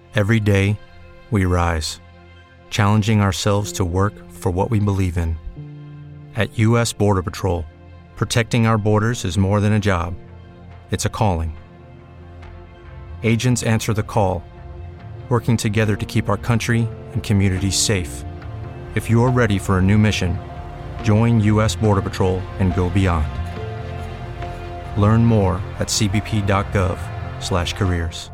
Every day, we rise, challenging ourselves to work for what we believe in. At U.S. Border Patrol, protecting our borders is more than a job. It's a calling. Agents answer the call, working together to keep our country and communities safe. If you're ready for a new mission, join U.S. Border Patrol and go beyond. Learn more at cbp.gov/careers.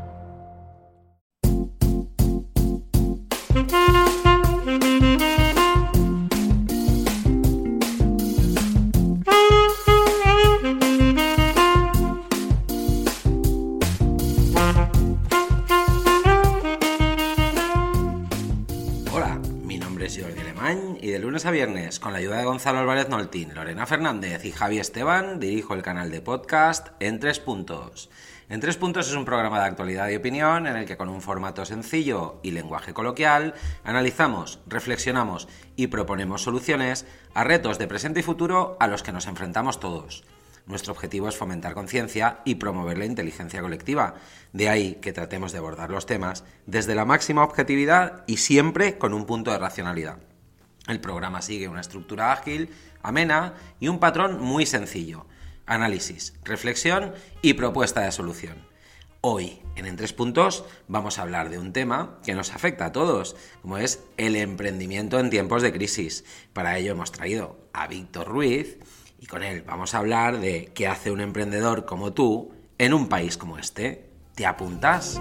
De lunes a viernes, con la ayuda de Gonzalo Álvarez Noltín, Lorena Fernández y Javi Esteban, dirijo el canal de podcast En Tres Puntos. En Tres Puntos es un programa de actualidad y opinión en el que con un formato sencillo y lenguaje coloquial analizamos, reflexionamos y proponemos soluciones a retos de presente y futuro a los que nos enfrentamos todos. Nuestro objetivo es fomentar conciencia y promover la inteligencia colectiva. De ahí que tratemos de abordar los temas desde la máxima objetividad y siempre con un punto de racionalidad. El programa sigue una estructura ágil, amena y un patrón muy sencillo: análisis, reflexión y propuesta de solución. Hoy, en Tres Puntos, vamos a hablar de un tema que nos afecta a todos, como es el emprendimiento en tiempos de crisis. Para ello hemos traído a Víctor Ruiz y con él vamos a hablar de qué hace un emprendedor como tú en un país como este. ¿Te apuntas?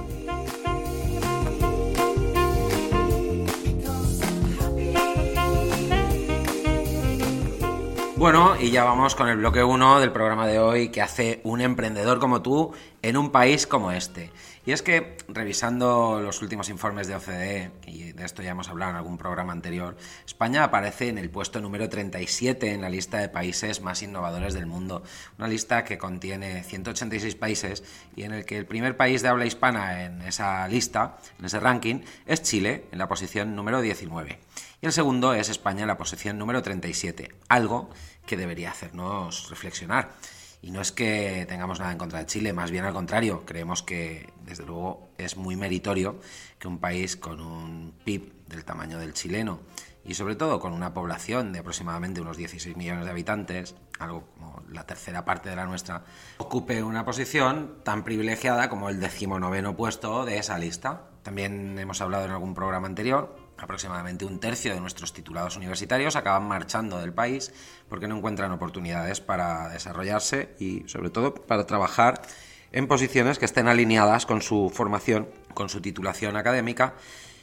Bueno, y ya vamos con el bloque 1 del programa de hoy, que hace un emprendedor como tú en un país como este. Y es que, revisando los últimos informes de OCDE, y de esto ya hemos hablado en algún programa anterior, España aparece en el puesto número 37 en la lista de países más innovadores del mundo. Una lista que contiene 186 países y en el que el primer país de habla hispana en esa lista, en ese ranking, es Chile, en la posición número 19. Y el segundo es España en la posición número 37, algo que debería hacernos reflexionar. Y no es que tengamos nada en contra de Chile, más bien al contrario, creemos que desde luego es muy meritorio que un país con un PIB del tamaño del chileno y sobre todo con una población de aproximadamente unos 16 millones de habitantes, algo como la tercera parte de la nuestra, ocupe una posición tan privilegiada como el 19º puesto de esa lista. También hemos hablado en algún programa anterior. Aproximadamente un tercio de nuestros titulados universitarios acaban marchando del país porque no encuentran oportunidades para desarrollarse y, sobre todo, para trabajar en posiciones que estén alineadas con su formación, con su titulación académica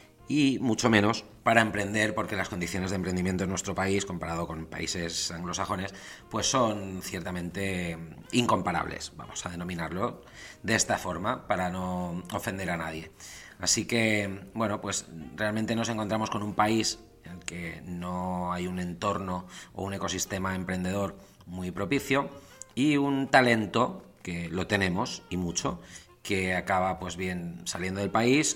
y mucho menos para emprender, porque las condiciones de emprendimiento en nuestro país, comparado con países anglosajones, pues son ciertamente incomparables, vamos a denominarlo de esta forma para no ofender a nadie. Así que, bueno, pues realmente nos encontramos con un país en el que no hay un entorno o un ecosistema emprendedor muy propicio y un talento que lo tenemos y mucho, que acaba pues bien saliendo del país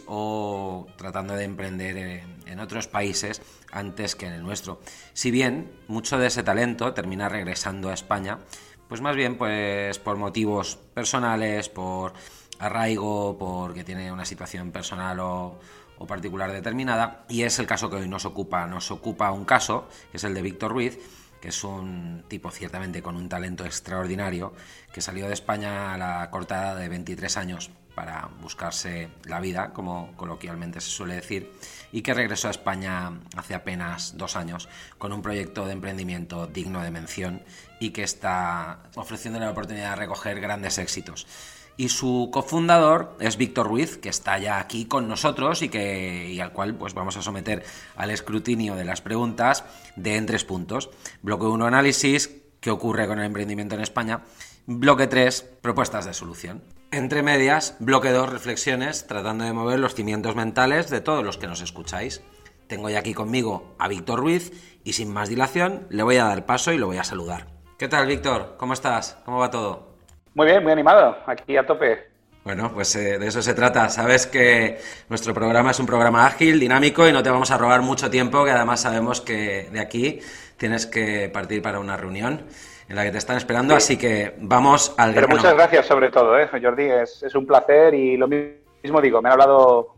o tratando de emprender en otros países antes que en el nuestro. Si bien mucho de ese talento termina regresando a España, pues más bien pues por motivos personales, por arraigo, porque tiene una situación personal o particular determinada, y es el caso que hoy nos ocupa un caso, que es el de Víctor Ruiz, que es un tipo ciertamente con un talento extraordinario, que salió de España a la corta edad de 23 años para buscarse la vida, como coloquialmente se suele decir, y que regresó a España hace apenas 2 años con un proyecto de emprendimiento digno de mención y que está ofreciéndole la oportunidad de recoger grandes éxitos. Y su cofundador es Víctor Ruiz, que está ya aquí con nosotros y al cual pues vamos a someter al escrutinio de las preguntas de En Tres Puntos. Bloque 1, análisis, ¿qué ocurre con el emprendimiento en España? Bloque 3, propuestas de solución. Entre medias, bloque 2, reflexiones, tratando de mover los cimientos mentales de todos los que nos escucháis. Tengo ya aquí conmigo a Víctor Ruiz y sin más dilación le voy a dar paso y lo voy a saludar. ¿Qué tal, Víctor? ¿Cómo estás? ¿Cómo va todo? Muy bien, muy animado, aquí a tope. Bueno, pues de eso se trata. Sabes que nuestro programa es un programa ágil, dinámico y no te vamos a robar mucho tiempo, que además sabemos que de aquí tienes que partir para una reunión en la que te están esperando, sí. Así que vamos al grano. Pero muchas gracias sobre todo, Jordi, es un placer y lo mismo digo, me han hablado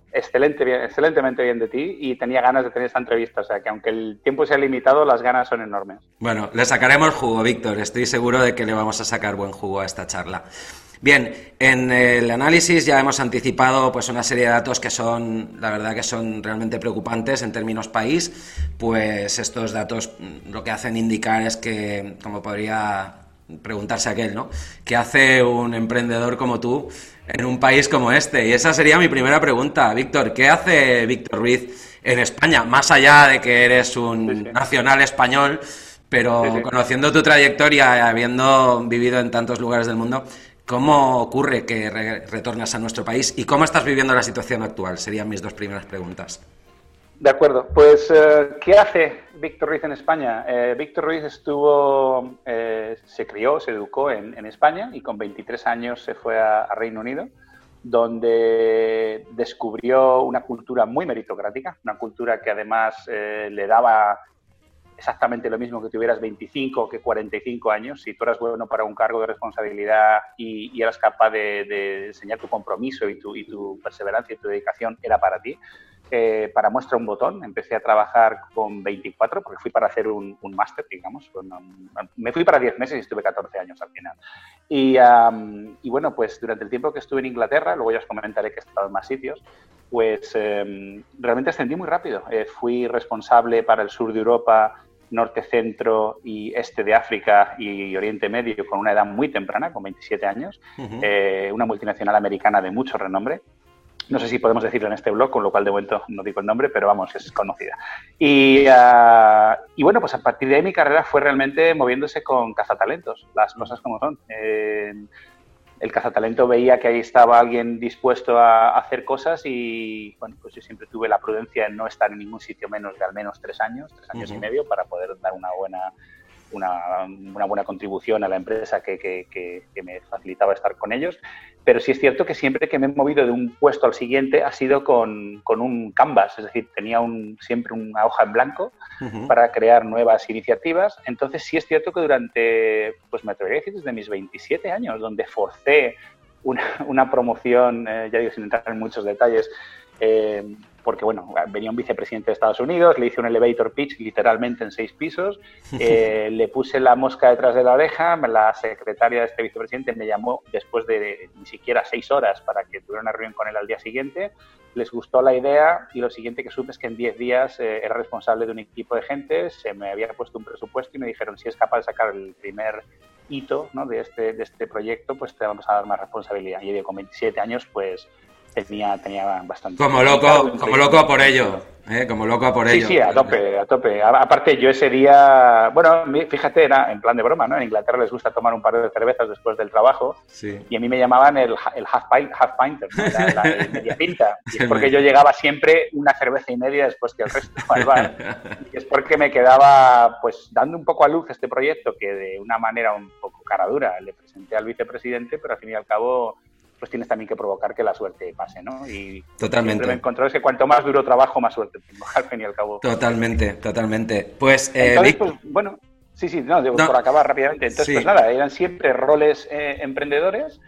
excelentemente bien de ti y tenía ganas de tener esta entrevista. O sea, que aunque el tiempo sea limitado, las ganas son enormes. Bueno, le sacaremos jugo, Víctor. Estoy seguro de que le vamos a sacar buen jugo a esta charla. Bien, en el análisis ya hemos anticipado pues una serie de datos que son, la verdad que son realmente preocupantes en términos país. Pues estos datos lo que hacen indicar es que, como podría preguntarse aquel, ¿no? ¿Qué hace un emprendedor como tú en un país como este? Y esa sería mi primera pregunta, Víctor. ¿Qué hace Víctor Ruiz en España? Más allá de que eres un nacional español, pero conociendo tu trayectoria y habiendo vivido en tantos lugares del mundo, ¿cómo ocurre que retornas a nuestro país y cómo estás viviendo la situación actual? Serían mis dos primeras preguntas. De acuerdo. Pues, ¿qué hace Víctor Ruiz en España? Víctor Ruiz se crió, se educó en España y con 23 años se fue a Reino Unido, donde descubrió una cultura muy meritocrática, una cultura que además le daba exactamente lo mismo que tuvieras 25 que 45 años. Si tú eras bueno para un cargo de responsabilidad y eras capaz de enseñar tu compromiso y tu perseverancia y tu dedicación, era para ti. Para muestra un botón, empecé a trabajar con 24 porque fui para hacer un máster, digamos. Me fui para 10 meses y estuve 14 años al final. Y bueno, pues durante el tiempo que estuve en Inglaterra, luego ya os comentaré que he estado en más sitios, pues realmente ascendí muy rápido. Fui responsable para el sur de Europa, norte, centro y este de África y Oriente Medio con una edad muy temprana, con 27 años, una multinacional americana de mucho renombre. No sé si podemos decirlo en este blog, con lo cual de momento no digo el nombre, pero vamos, es conocida. Y bueno, pues a partir de ahí mi carrera fue realmente moviéndose con cazatalentos, las cosas como son. El cazatalento veía que ahí estaba alguien dispuesto a hacer cosas y, bueno, pues yo siempre tuve la prudencia en no estar en ningún sitio menos de al menos 3 años y medio, para poder dar una buena contribución a la empresa que me facilitaba estar con ellos. Pero sí es cierto que siempre que me he movido de un puesto al siguiente ha sido con un canvas, es decir, tenía siempre una hoja en blanco para crear nuevas iniciativas. Entonces sí es cierto que durante, pues me atrevería a decir desde mis 27 años, donde forcé una promoción, ya digo sin entrar en muchos detalles, porque bueno, venía un vicepresidente de Estados Unidos, le hice un elevator pitch literalmente en 6 pisos, le puse la mosca detrás de la oreja, la secretaria de este vicepresidente me llamó después de ni siquiera 6 horas para que tuviera una reunión con él al día siguiente, les gustó la idea y lo siguiente que supe es que en 10 días era responsable de un equipo de gente, se me había puesto un presupuesto y me dijeron si es capaz de sacar el primer hito, ¿no?, de este proyecto, pues te vamos a dar más responsabilidad. Y yo digo, con 27 años, pues tenía bastante. Como loco por ello, como loco por ello. Sí, a tope. Aparte, yo ese día, bueno, fíjate, era en plan de broma, ¿no? En Inglaterra les gusta tomar un par de cervezas después del trabajo, y a mí me llamaban el half pinter, ¿no? La media pinta. Y es porque yo llegaba siempre una cerveza y media después que el resto al bar. Y es porque me quedaba, pues, dando un poco a luz este proyecto que de una manera un poco cara dura le presenté al vicepresidente, pero al fin y al cabo pues tienes también que provocar que la suerte pase, ¿no? Y totalmente. Siempre me encontré es que cuanto más duro trabajo, más suerte tengo, al fin y al cabo. Totalmente. Pues, entonces, pues, bueno, digo, por acabar rápidamente. Entonces, pues nada, eran siempre roles emprendedores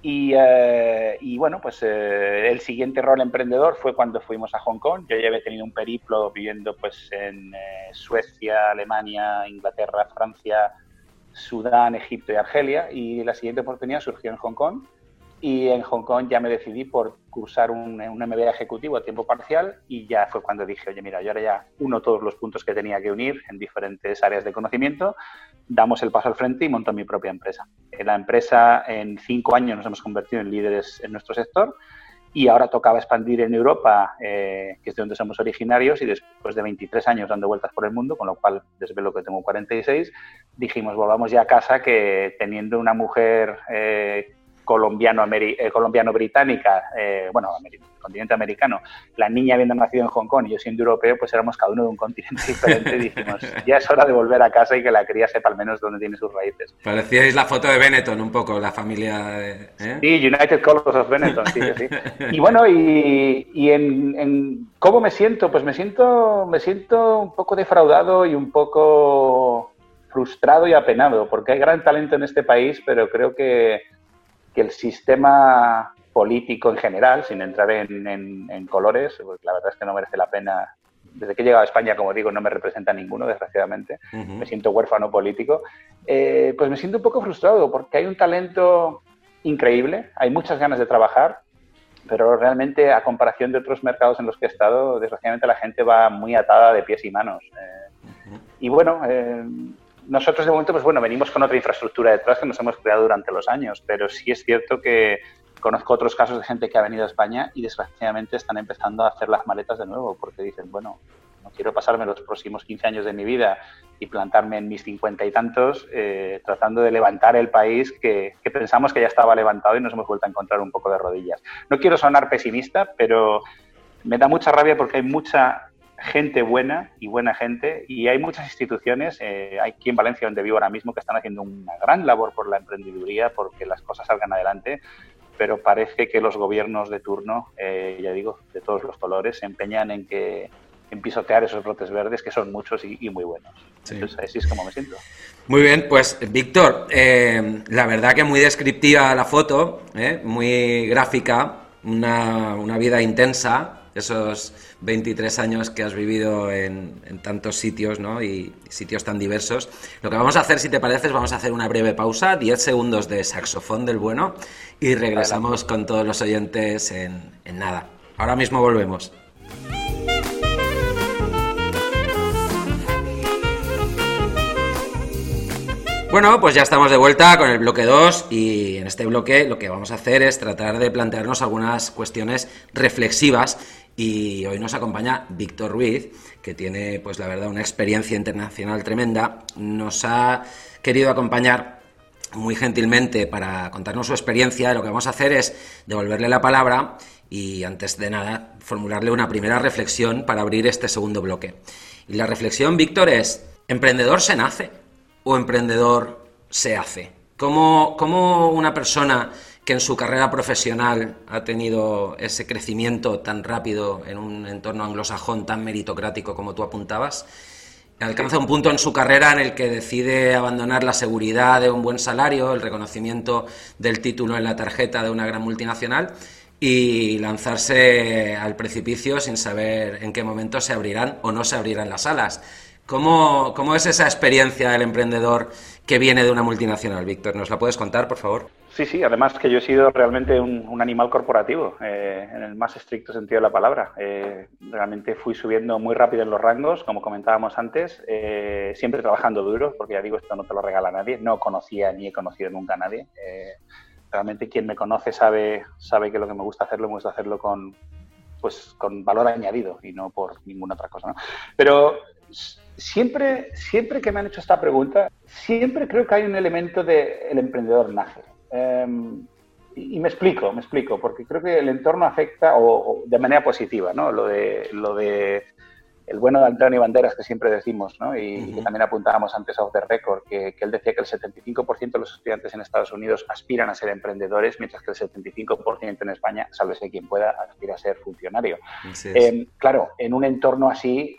y bueno, pues el siguiente rol emprendedor fue cuando fuimos a Hong Kong. Yo ya había tenido un periplo viviendo pues en Suecia, Alemania, Inglaterra, Francia, Sudán, Egipto y Argelia, y la siguiente oportunidad surgió en Hong Kong. Y en Hong Kong ya me decidí por cursar un MBA ejecutivo a tiempo parcial y ya fue cuando dije, oye, mira, yo ahora ya uno todos los puntos que tenía que unir en diferentes áreas de conocimiento, damos el paso al frente y monto mi propia empresa. En la empresa en 5 años nos hemos convertido en líderes en nuestro sector y ahora tocaba expandir en Europa, que es de donde somos originarios, y después de 23 años dando vueltas por el mundo, con lo cual desvelo que tengo 46, dijimos, volvamos ya a casa, que teniendo una mujer colombiano-británica, continente americano, la niña habiendo nacido en Hong Kong y yo siendo europeo, pues éramos cada uno de un continente diferente y dijimos, ya es hora de volver a casa y que la cría sepa al menos dónde tiene sus raíces. Parecíais la foto de Benetton un poco, la familia Sí, United Colors of Benetton, sí. Y bueno, y en ¿cómo me siento? Pues me siento un poco defraudado y un poco frustrado y apenado, porque hay gran talento en este país, pero creo que el sistema político en general, sin entrar en colores, pues la verdad es que no merece la pena. Desde que he llegado a España, como digo, no me representa ninguno, desgraciadamente. Me siento huérfano político. Pues me siento un poco frustrado porque hay un talento increíble, hay muchas ganas de trabajar, pero realmente a comparación de otros mercados en los que he estado, desgraciadamente la gente va muy atada de pies y manos. Y bueno, nosotros de momento, pues bueno, venimos con otra infraestructura detrás que nos hemos creado durante los años, pero sí es cierto que conozco otros casos de gente que ha venido a España y desgraciadamente están empezando a hacer las maletas de nuevo porque dicen, bueno, no quiero pasarme los próximos 15 años de mi vida y plantarme en mis 50 y tantos tratando de levantar el país que pensamos que ya estaba levantado y nos hemos vuelto a encontrar un poco de rodillas. No quiero sonar pesimista, pero me da mucha rabia porque hay mucha gente buena y buena gente y hay muchas instituciones, hay aquí en Valencia donde vivo ahora mismo, que están haciendo una gran labor por la emprendeduría, porque las cosas salgan adelante, pero parece que los gobiernos de turno, ya digo, de todos los colores, se empeñan en pisotear esos brotes verdes, que son muchos y muy buenos. Sí. Entonces, así es como me siento. Muy bien, pues Víctor, la verdad que muy descriptiva la foto, muy gráfica, una vida intensa, esos 23 años que has vivido en tantos sitios, ¿no? Y sitios tan diversos. Lo que vamos a hacer, si te parece, es vamos a hacer una breve pausa, 10 segundos de saxofón del bueno, y regresamos con todos los oyentes en nada. Ahora mismo volvemos. Bueno, pues ya estamos de vuelta con el bloque 2 y en este bloque lo que vamos a hacer es tratar de plantearnos algunas cuestiones reflexivas y hoy nos acompaña Víctor Ruiz, que tiene, pues la verdad, una experiencia internacional tremenda. Nos ha querido acompañar muy gentilmente para contarnos su experiencia. Lo que vamos a hacer es devolverle la palabra y, antes de nada, formularle una primera reflexión para abrir este segundo bloque. Y la reflexión, Víctor, es: ¿emprendedor se nace o emprendedor se hace? ¿Cómo una persona que en su carrera profesional ha tenido ese crecimiento tan rápido en un entorno anglosajón tan meritocrático como tú apuntabas, alcanza un punto en su carrera en el que decide abandonar la seguridad de un buen salario, el reconocimiento del título en la tarjeta de una gran multinacional y lanzarse al precipicio sin saber en qué momento se abrirán o no se abrirán las alas? ¿Cómo es esa experiencia del emprendedor que viene de una multinacional, Víctor? ¿Nos la puedes contar, por favor? Sí, además que yo he sido realmente un animal corporativo, en el más estricto sentido de la palabra. Realmente fui subiendo muy rápido en los rangos, como comentábamos antes, siempre trabajando duro, porque ya digo, esto no te lo regala nadie. No conocía ni he conocido nunca a nadie. Realmente quien me conoce sabe que lo que me gusta hacerlo con valor añadido y no por ninguna otra cosa, ¿no? Pero siempre que me han hecho esta pregunta, siempre creo que hay un elemento de el emprendedor nace. Y me explico, porque creo que el entorno afecta o de manera positiva, ¿no? Lo de el bueno de Antonio Banderas, que siempre decimos, ¿no? Y que también apuntábamos antes off the record, que él decía que el 75% de los estudiantes en Estados Unidos aspiran a ser emprendedores, mientras que el 75% en España, sálvese quien pueda, aspira a ser funcionario. Claro, en un entorno así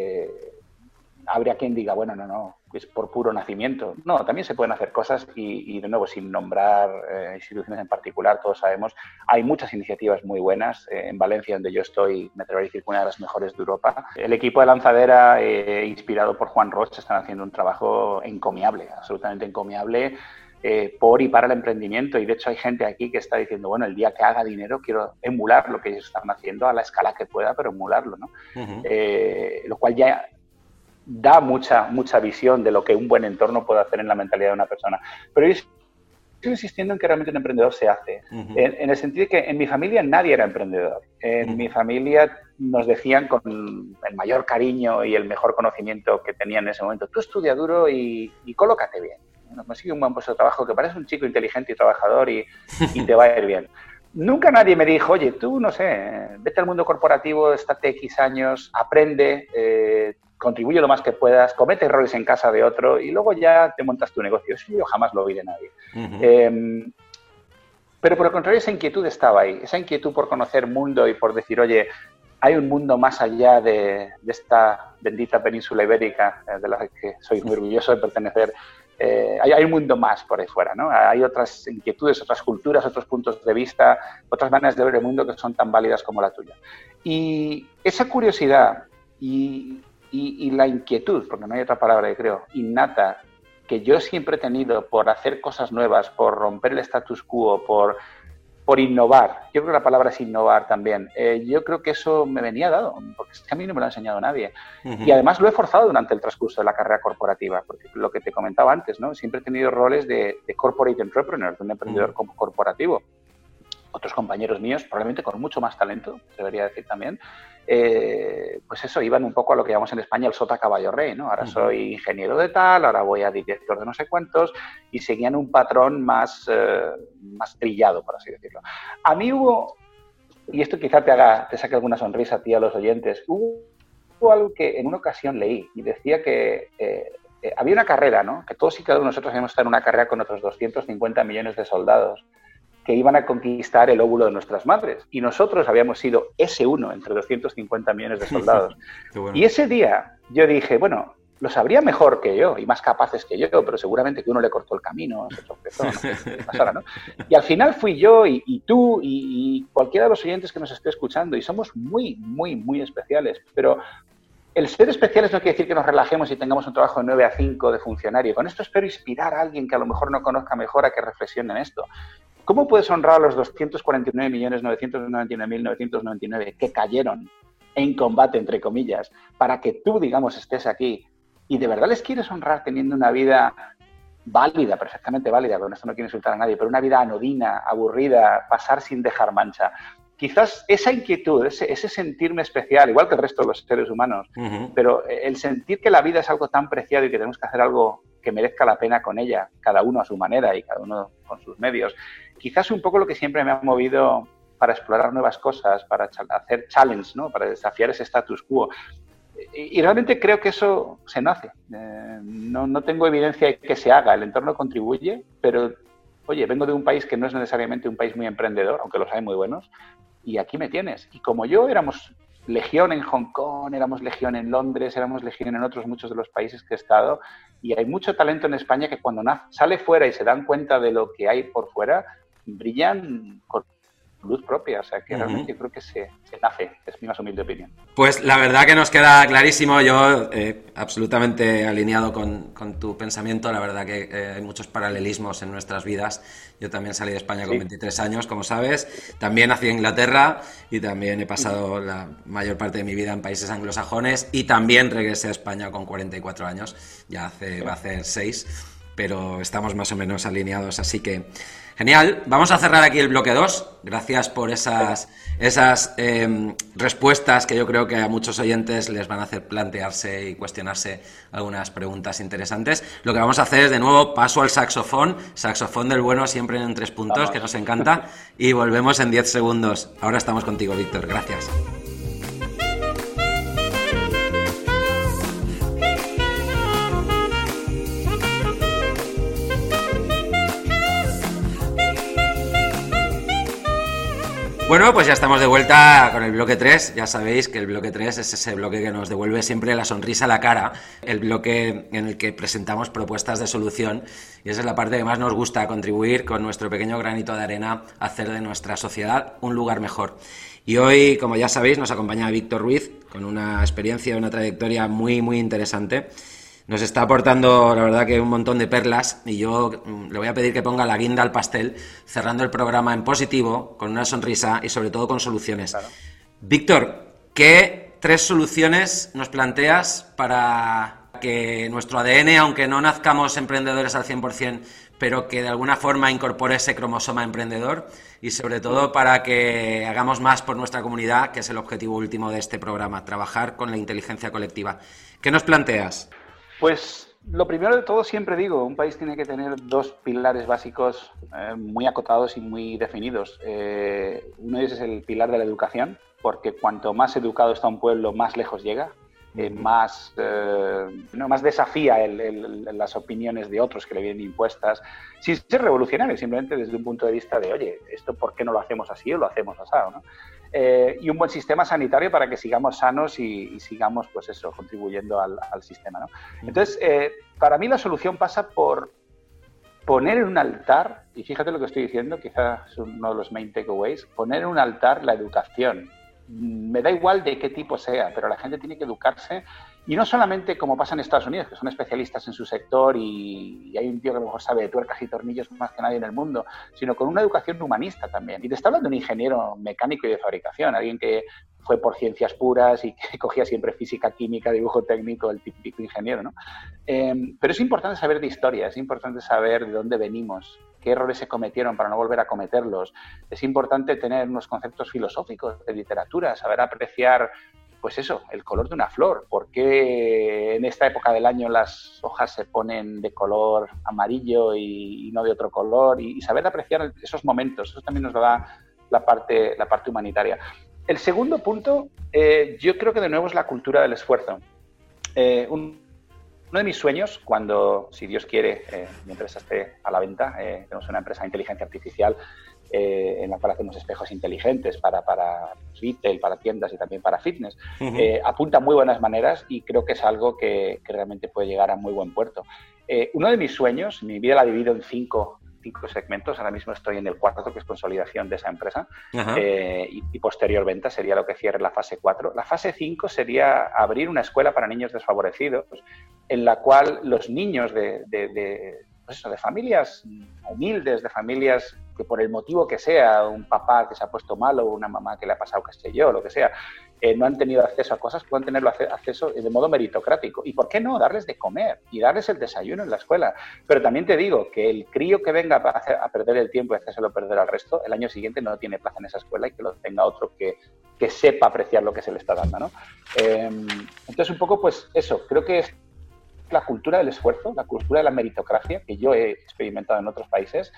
habría quien diga, bueno, no, es por puro nacimiento. No, también se pueden hacer cosas y de nuevo, sin nombrar instituciones en particular, todos sabemos, hay muchas iniciativas muy buenas. En Valencia, donde yo estoy, me atrevo a decir que una de las mejores de Europa. El equipo de Lanzadera, inspirado por Juan Roche, están haciendo un trabajo encomiable, absolutamente encomiable, por y para el emprendimiento. Y de hecho hay gente aquí que está diciendo, bueno, el día que haga dinero quiero emular lo que ellos están haciendo a la escala que pueda, pero emularlo, ¿no? Lo cual ya da mucha visión de lo que un buen entorno puede hacer en la mentalidad de una persona. Pero yo estoy insistiendo en que realmente un emprendedor se hace. En el sentido de que en mi familia nadie era emprendedor. En mi familia nos decían con el mayor cariño y el mejor conocimiento que tenían en ese momento, tú estudia duro y colócate bien. Consigue un buen puesto de trabajo, que pareces un chico inteligente y trabajador y te va a ir bien. Nunca nadie me dijo, oye, tú, no sé, vete al mundo corporativo, estate X años, aprende, contribuye lo más que puedas, comete errores en casa de otro y luego ya te montas tu negocio. Eso yo jamás lo oí de nadie. Pero por el contrario, esa inquietud estaba ahí, esa inquietud por conocer mundo y por decir, oye, hay un mundo más allá de esta bendita península ibérica, de la que soy muy orgulloso de pertenecer, hay un mundo más por ahí fuera, ¿no? Hay otras inquietudes, otras culturas, otros puntos de vista, otras maneras de ver el mundo que son tan válidas como la tuya. Y esa curiosidad y la inquietud, porque no hay otra palabra, creo, innata, que yo siempre he tenido por hacer cosas nuevas, por romper el status quo, por innovar. Yo creo que la palabra es innovar también. Yo creo que eso me venía dado, porque es que a mí no me lo ha enseñado nadie. Y además lo he forzado durante el transcurso de la carrera corporativa, porque lo que te comentaba antes, ¿no? Siempre he tenido roles de corporate entrepreneur, de un emprendedor corporativo. Otros compañeros míos, probablemente con mucho más talento, debería decir también, pues eso, iban un poco a lo que llamamos en España el sota caballo rey, ¿no? Ahora soy ingeniero de tal, ahora voy a director de no sé cuántos, y seguían un patrón más trillado, por así decirlo. A mí hubo, y esto quizá te saque alguna sonrisa a ti, a los oyentes, hubo algo que en una ocasión leí y decía que había una carrera, ¿no? Que todos y cada uno de nosotros habíamos estado en una carrera con otros 250 millones de soldados que iban a conquistar el óvulo de nuestras madres. Y nosotros habíamos sido ese uno entre 250 millones de soldados. Bueno. Y ese día yo dije, bueno, lo sabría mejor que yo y más capaces que yo, pero seguramente que uno le cortó el camino, se tropezó, no sé qué pasara, ¿no? Y al final fui yo y tú y cualquiera de los oyentes que nos esté escuchando, y somos muy, muy, muy especiales, pero el ser especiales no quiere decir que nos relajemos y tengamos un trabajo de 9 a 5 de funcionario. Con esto espero inspirar a alguien que a lo mejor no conozca mejor a que reflexione en esto. ¿Cómo puedes honrar a los 249.999.999 que cayeron en combate, entre comillas, para que tú, digamos, estés aquí? ¿Y de verdad les quieres honrar teniendo una vida válida, perfectamente válida, con esto no quiero insultar a nadie, pero una vida anodina, aburrida, pasar sin dejar mancha? Quizás esa inquietud, ese sentirme especial, igual que el resto de los seres humanos, pero el sentir que la vida es algo tan preciado y que tenemos que hacer algo que merezca la pena con ella, cada uno a su manera y cada uno con sus medios, quizás un poco lo que siempre me ha movido para explorar nuevas cosas, para hacer challenge, ¿no? Para desafiar ese status quo. Y realmente creo que eso se nace. No tengo evidencia de que se haga, el entorno contribuye, pero, oye, vengo de un país que no es necesariamente un país muy emprendedor, aunque los hay muy buenos, y aquí me tienes. Y como yo éramos legión en Hong Kong, éramos legión en Londres, éramos legión en otros muchos de los países que he estado, y hay mucho talento en España que cuando sale fuera y se dan cuenta de lo que hay por fuera, brillan con luz propia, o sea que realmente yo creo que se nace, es mi más humilde opinión. Pues la verdad que nos queda clarísimo, yo absolutamente alineado con tu pensamiento, la verdad que hay muchos paralelismos en nuestras vidas. Yo también salí de España con 23 años, como sabes, también nací en Inglaterra y también he pasado la mayor parte de mi vida en países anglosajones y también regresé a España con 44 años, va a hacer 6, pero estamos más o menos alineados, así que genial. Vamos a cerrar aquí el bloque 2. Gracias por esas respuestas que yo creo que a muchos oyentes les van a hacer plantearse y cuestionarse algunas preguntas interesantes. Lo que vamos a hacer es, de nuevo, paso al saxofón del bueno, siempre en 3 puntos, vamos, que nos encanta, y volvemos en 10 segundos. Ahora estamos contigo, Víctor. Gracias. Bueno, pues ya estamos de vuelta con el bloque 3. Ya sabéis que el bloque 3 es ese bloque que nos devuelve siempre la sonrisa a la cara, el bloque en el que presentamos propuestas de solución, y esa es la parte que más nos gusta, contribuir con nuestro pequeño granito de arena a hacer de nuestra sociedad un lugar mejor. Y hoy, como ya sabéis, nos acompaña Víctor Ruiz con una experiencia y una trayectoria muy, muy interesante. Nos está aportando, la verdad, que un montón de perlas, y yo le voy a pedir que ponga la guinda al pastel, cerrando el programa en positivo, con una sonrisa y sobre todo con soluciones. Claro. Víctor, ¿qué 3 soluciones nos planteas para que nuestro ADN, aunque no nazcamos emprendedores al 100%, pero que de alguna forma incorpore ese cromosoma emprendedor, y sobre todo para que hagamos más por nuestra comunidad, que es el objetivo último de este programa, trabajar con la inteligencia colectiva? ¿Qué nos planteas? Pues lo primero de todo, siempre digo, un país tiene que tener 2 pilares básicos muy acotados y muy definidos. Uno de ellos es el pilar de la educación, porque cuanto más educado está un pueblo, más lejos llega, más desafía las opiniones de otros que le vienen impuestas, sin ser revolucionario, simplemente desde un punto de vista de, oye, ¿esto por qué no lo hacemos así o lo hacemos asado, ¿no? Y un buen sistema sanitario para que sigamos sanos y sigamos, pues eso, contribuyendo al sistema, ¿no? Entonces, para mí la solución pasa por poner en un altar, y fíjate lo que estoy diciendo, quizás es uno de los main takeaways, poner en un altar la educación. Me da igual de qué tipo sea, pero la gente tiene que educarse, y no solamente como pasa en Estados Unidos, que son especialistas en su sector y hay un tío que a lo mejor sabe de tuercas y tornillos más que nadie en el mundo, sino con una educación humanista también. Y te está hablando de un ingeniero mecánico y de fabricación, alguien que fue por ciencias puras y que cogía siempre física, química, dibujo técnico, el típico ingeniero, ¿no? Pero es importante saber de historia, es importante saber de dónde venimos, qué errores se cometieron para no volver a cometerlos. Es importante tener unos conceptos filosóficos de literatura, saber apreciar, pues eso, el color de una flor. ¿Por qué en esta época del año las hojas se ponen de color amarillo y no de otro color? Y saber apreciar esos momentos, eso también nos lo da la parte humanitaria. El segundo punto, yo creo que de nuevo es la cultura del esfuerzo. Uno de mis sueños, cuando, si Dios quiere, mi empresa esté a la venta, tenemos una empresa de inteligencia artificial en la cual hacemos espejos inteligentes para retail, para tiendas y también para fitness. Apunta a muy buenas maneras y creo que es algo que realmente puede llegar a muy buen puerto. Uno de mis sueños, mi vida la divido en cinco segmentos, ahora mismo estoy en el cuarto, que es consolidación de esa empresa, y posterior venta sería lo que cierre la fase 4. La fase 5 sería abrir una escuela para niños desfavorecidos, en la cual los niños de familias humildes, de familias que por el motivo que sea, un papá que se ha puesto malo, una mamá que le ha pasado, qué sé yo, lo que sea, no han tenido acceso a cosas, puedan tenerlo acceso de modo meritocrático. ¿Y por qué no? Darles de comer y darles el desayuno en la escuela. Pero también te digo que el crío que venga a perder el tiempo y hacérselo perder al resto, el año siguiente no tiene plaza en esa escuela y que lo tenga otro que sepa apreciar lo que se le está dando, ¿no? Entonces, un poco, pues eso, creo que es la cultura del esfuerzo, la cultura de la meritocracia, que yo he experimentado en otros países,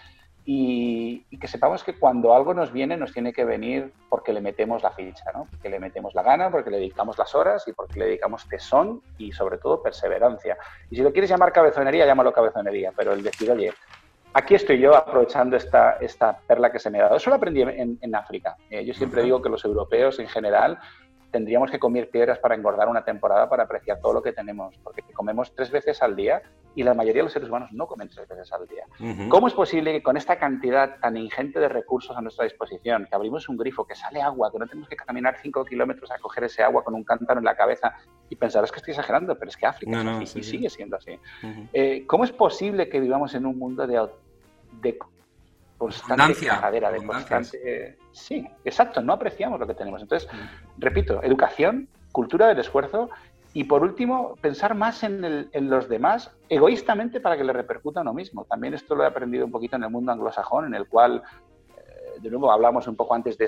y que sepamos que cuando algo nos viene, nos tiene que venir porque le metemos la ficha, ¿no? Porque le metemos la gana, porque le dedicamos las horas y porque le dedicamos tesón y, sobre todo, perseverancia. Y si lo quieres llamar cabezonería, llámalo cabezonería, pero el decir, oye, aquí estoy yo aprovechando esta perla que se me ha dado. Eso lo aprendí en África. Yo siempre digo que los europeos, en general, tendríamos que comer piedras para engordar una temporada para apreciar todo lo que tenemos, porque comemos 3 veces al día y la mayoría de los seres humanos no comen 3 veces al día. ¿Cómo es posible que con esta cantidad tan ingente de recursos a nuestra disposición, que abrimos un grifo, que sale agua, que no tenemos que caminar 5 kilómetros a coger ese agua con un cántaro en la cabeza, y pensarás que estoy exagerando, pero es que África es así, y sigue siendo así? ¿Cómo es posible que vivamos en un mundo de constante cajadera, de constante... sí, exacto, no apreciamos lo que tenemos. Entonces, repito, educación, cultura del esfuerzo y, por último, pensar más en los demás egoístamente para que le repercuta a uno mismo. También esto lo he aprendido un poquito en el mundo anglosajón, en el cual, de nuevo, hablamos un poco antes de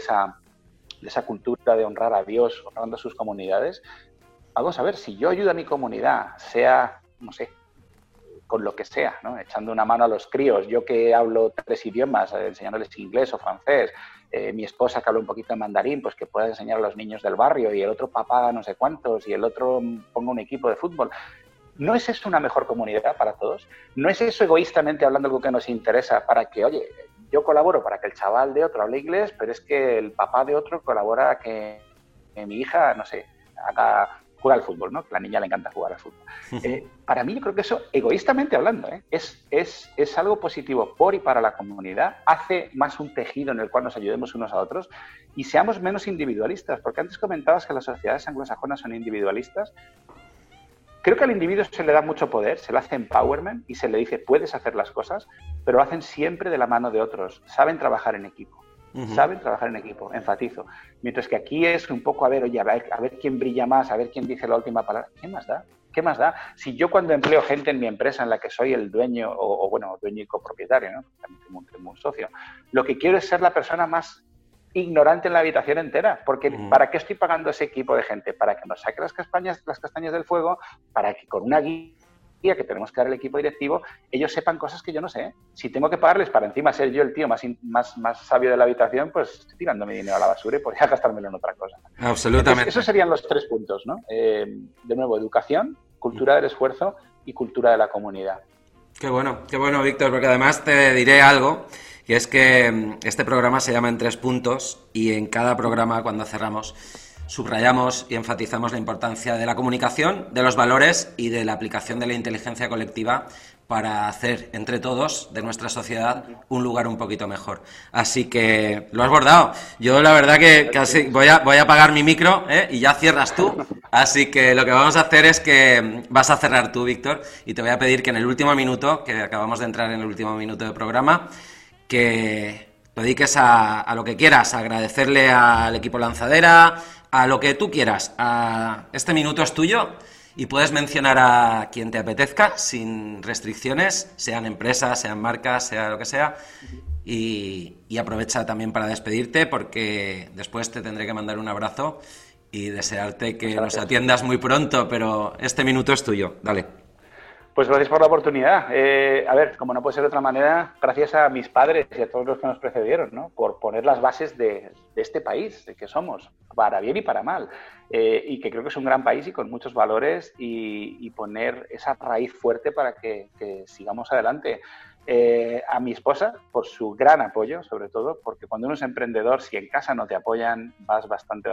esa cultura de honrar a Dios, honrando a sus comunidades. Vamos a ver, si yo ayudo a mi comunidad, sea, no sé, con lo que sea, ¿no? Echando una mano a los críos, yo que hablo 3 idiomas, enseñándoles inglés o francés, mi esposa que habla un poquito de mandarín, pues que pueda enseñar a los niños del barrio, y el otro papá no sé cuántos, y el otro ponga un equipo de fútbol. ¿No es eso una mejor comunidad para todos? ¿No es eso egoístamente hablando algo que nos interesa para que, oye, yo colaboro para que el chaval de otro hable inglés, pero es que el papá de otro colabora que mi hija, no sé, juega al fútbol, ¿no? Que a la niña le encanta jugar al fútbol. Para mí, yo creo que eso, egoístamente hablando, es algo positivo por y para la comunidad, hace más un tejido en el cual nos ayudemos unos a otros y seamos menos individualistas, porque antes comentabas que las sociedades anglosajonas son individualistas. Creo que al individuo se le da mucho poder, se le hace empowerment y se le dice puedes hacer las cosas, pero lo hacen siempre de la mano de otros, saben trabajar en equipo. Saben trabajar en equipo, enfatizo. Mientras que aquí es un poco, a ver quién brilla más, a ver quién dice la última palabra. ¿Qué más da? ¿Qué más da? Si yo cuando empleo gente en mi empresa en la que soy el dueño, dueño y copropietario, ¿no? También tengo un socio, lo que quiero es ser la persona más ignorante en la habitación entera, porque ¿para qué estoy pagando a ese equipo de gente? Para que nos saque las castañas del fuego, para que con una guía que tenemos que dar al equipo directivo, ellos sepan cosas que yo no sé. Si tengo que pagarles para encima ser yo el tío más sabio de la habitación, pues estoy tirando mi dinero a la basura y podría gastármelo en otra cosa. Absolutamente. Entonces, esos serían los 3 puntos, ¿no? De nuevo, educación, cultura del esfuerzo y cultura de la comunidad. Qué bueno, Víctor, porque además te diré algo, y es que este programa se llama En 3 puntos, y en cada programa, cuando cerramos, subrayamos y enfatizamos la importancia de la comunicación, de los valores y de la aplicación de la inteligencia colectiva para hacer entre todos de nuestra sociedad un lugar un poquito mejor. Así que lo has bordado. Yo la verdad que casi voy a apagar mi micro, y ya cierras tú. Así que lo que vamos a hacer es que vas a cerrar tú, Víctor, y te voy a pedir que en el último minuto, que acabamos de entrar en el último minuto del programa, que lo dediques a lo que quieras, a agradecerle al equipo Lanzadera, a lo que tú quieras. Este minuto es tuyo. Y puedes mencionar a quien te apetezca, sin restricciones, sean empresas, sean marcas, sea lo que sea. Y aprovecha también para despedirte, porque después te tendré que mandar un abrazo y desearte que nos atiendas muy pronto, pero este minuto es tuyo. Dale. Pues gracias por la oportunidad. A ver, como no puede ser de otra manera, gracias a mis padres y a todos los que nos precedieron, ¿no? Por poner las bases de este país, de que somos, para bien y para mal. Y que creo que es un gran país y con muchos valores y poner esa raíz fuerte para que sigamos adelante. A mi esposa, por su gran apoyo, sobre todo, porque cuando uno es emprendedor, si en casa no te apoyan, vas bastante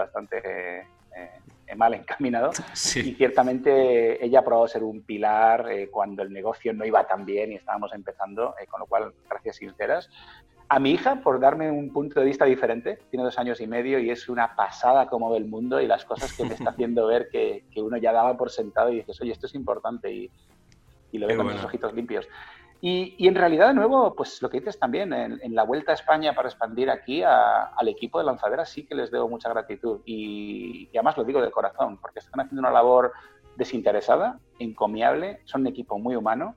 mal encaminado. Sí. Y ciertamente ella ha probado ser un pilar cuando el negocio no iba tan bien y estábamos empezando, con lo cual, gracias sinceras. A mi hija, por darme un punto de vista diferente, tiene 2 años y medio y es una pasada cómo ve el mundo y las cosas que me está haciendo ver que uno ya daba por sentado y dices, oye, esto es importante y lo ve con esos ojitos limpios. Y en realidad, de nuevo, pues lo que dices también, en la Vuelta a España para expandir aquí al equipo de Lanzadera sí que les debo mucha gratitud y además lo digo de corazón, porque están haciendo una labor desinteresada, encomiable, son un equipo muy humano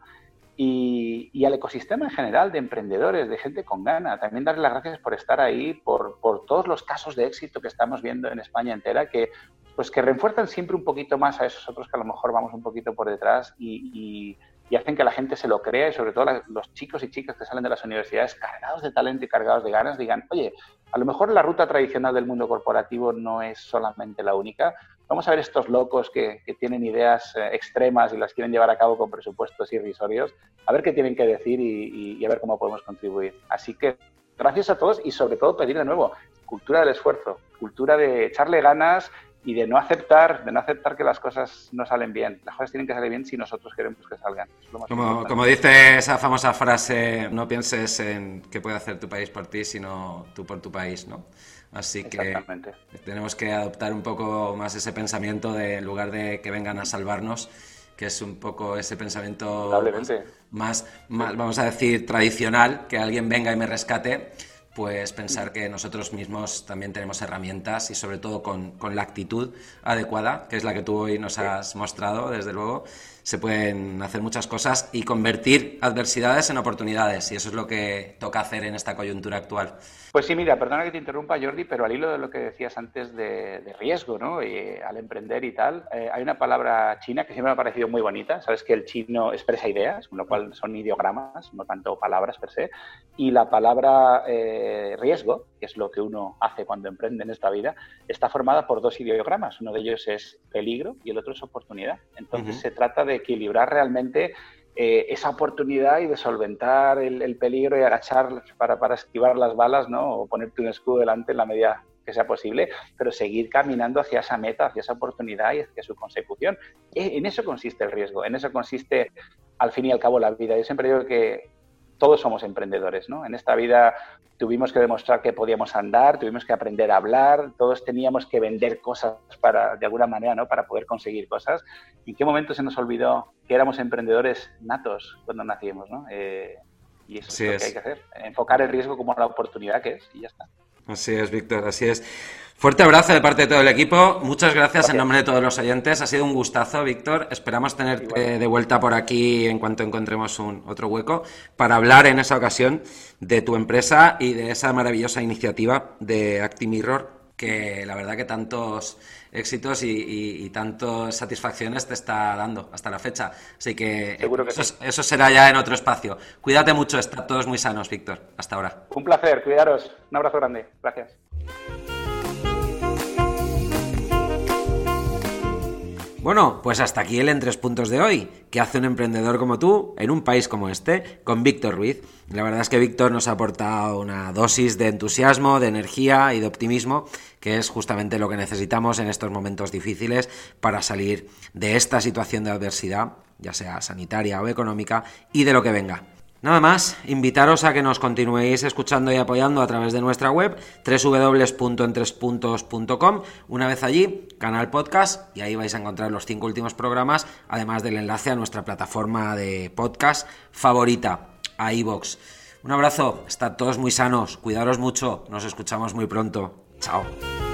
y al ecosistema en general de emprendedores, de gente con gana. También darles las gracias por estar ahí, por todos los casos de éxito que estamos viendo en España entera, que refuerzan siempre un poquito más a esos otros que a lo mejor vamos un poquito por detrás y hacen que la gente se lo crea y sobre todo los chicos y chicas que salen de las universidades cargados de talento y cargados de ganas digan, oye, a lo mejor la ruta tradicional del mundo corporativo no es solamente la única. Vamos a ver estos locos que tienen ideas extremas y las quieren llevar a cabo con presupuestos irrisorios, a ver qué tienen que decir y a ver cómo podemos contribuir. Así que gracias a todos y sobre todo pedir de nuevo cultura del esfuerzo, cultura de echarle ganas y de no aceptar que las cosas no salen bien. Las cosas tienen que salir bien si nosotros queremos que salgan. Como dice esa famosa frase, no pienses en qué puede hacer tu país por ti, sino tú por tu país, ¿no? Así que tenemos que adoptar un poco más ese pensamiento en lugar de que vengan a salvarnos, que es un poco ese pensamiento más, vamos a decir, tradicional, que alguien venga y me rescate. Pues pensar que nosotros mismos también tenemos herramientas y sobre todo con la actitud adecuada, que es la que tú hoy nos has mostrado, desde luego, se pueden hacer muchas cosas y convertir adversidades en oportunidades y eso es lo que toca hacer en esta coyuntura actual. Pues sí, mira, perdona que te interrumpa, Jordi, pero al hilo de lo que decías antes de riesgo, ¿no? Y al emprender y tal, hay una palabra china que siempre me ha parecido muy bonita. Sabes que el chino expresa ideas, con lo cual son ideogramas, no tanto palabras per se. Y la palabra riesgo, que es lo que uno hace cuando emprende en esta vida, está formada por 2 ideogramas. Uno de ellos es peligro y el otro es oportunidad. Entonces se trata de equilibrar realmente esa oportunidad y de solventar el peligro y agachar para esquivar las balas, ¿no? O ponerte un escudo delante en la medida que sea posible, pero seguir caminando hacia esa meta, hacia esa oportunidad y hacia su consecución. En eso consiste el riesgo, en eso consiste al fin y al cabo la vida. Yo siempre digo que todos somos emprendedores, ¿no? En esta vida tuvimos que demostrar que podíamos andar, tuvimos que aprender a hablar, todos teníamos que vender cosas de alguna manera, ¿no? Para poder conseguir cosas. ¿En qué momento se nos olvidó que éramos emprendedores natos cuando nacimos, ¿no? Y eso es lo que hay que hacer, enfocar el riesgo como la oportunidad que es y ya está. Así es, Víctor, así es. Fuerte abrazo de parte de todo el equipo. Muchas gracias en nombre de todos los oyentes. Ha sido un gustazo, Víctor. Esperamos tenerte de vuelta por aquí en cuanto encontremos otro hueco para hablar en esa ocasión de tu empresa y de esa maravillosa iniciativa de ActiMirror, que la verdad que tantos éxitos y tantas satisfacciones te está dando hasta la fecha. Así que, eso será ya en otro espacio. Cuídate mucho, estad todos muy sanos, Víctor. Hasta ahora. Un placer, cuidaros. Un abrazo grande. Gracias. Bueno, pues hasta aquí el En 3 Puntos de hoy. ¿Qué hace un emprendedor como tú en un país como este? Con Víctor Ruiz. La verdad es que Víctor nos ha aportado una dosis de entusiasmo, de energía y de optimismo, que es justamente lo que necesitamos en estos momentos difíciles para salir de esta situación de adversidad, ya sea sanitaria o económica, y de lo que venga. Nada más, invitaros a que nos continuéis escuchando y apoyando a través de nuestra web www.entrespuntos.com. Una vez allí, canal podcast, y ahí vais a encontrar los 5 últimos programas, además del enlace a nuestra plataforma de podcast favorita, a iVoox. Un abrazo, estad todos muy sanos, cuidaros mucho, nos escuchamos muy pronto. Chao.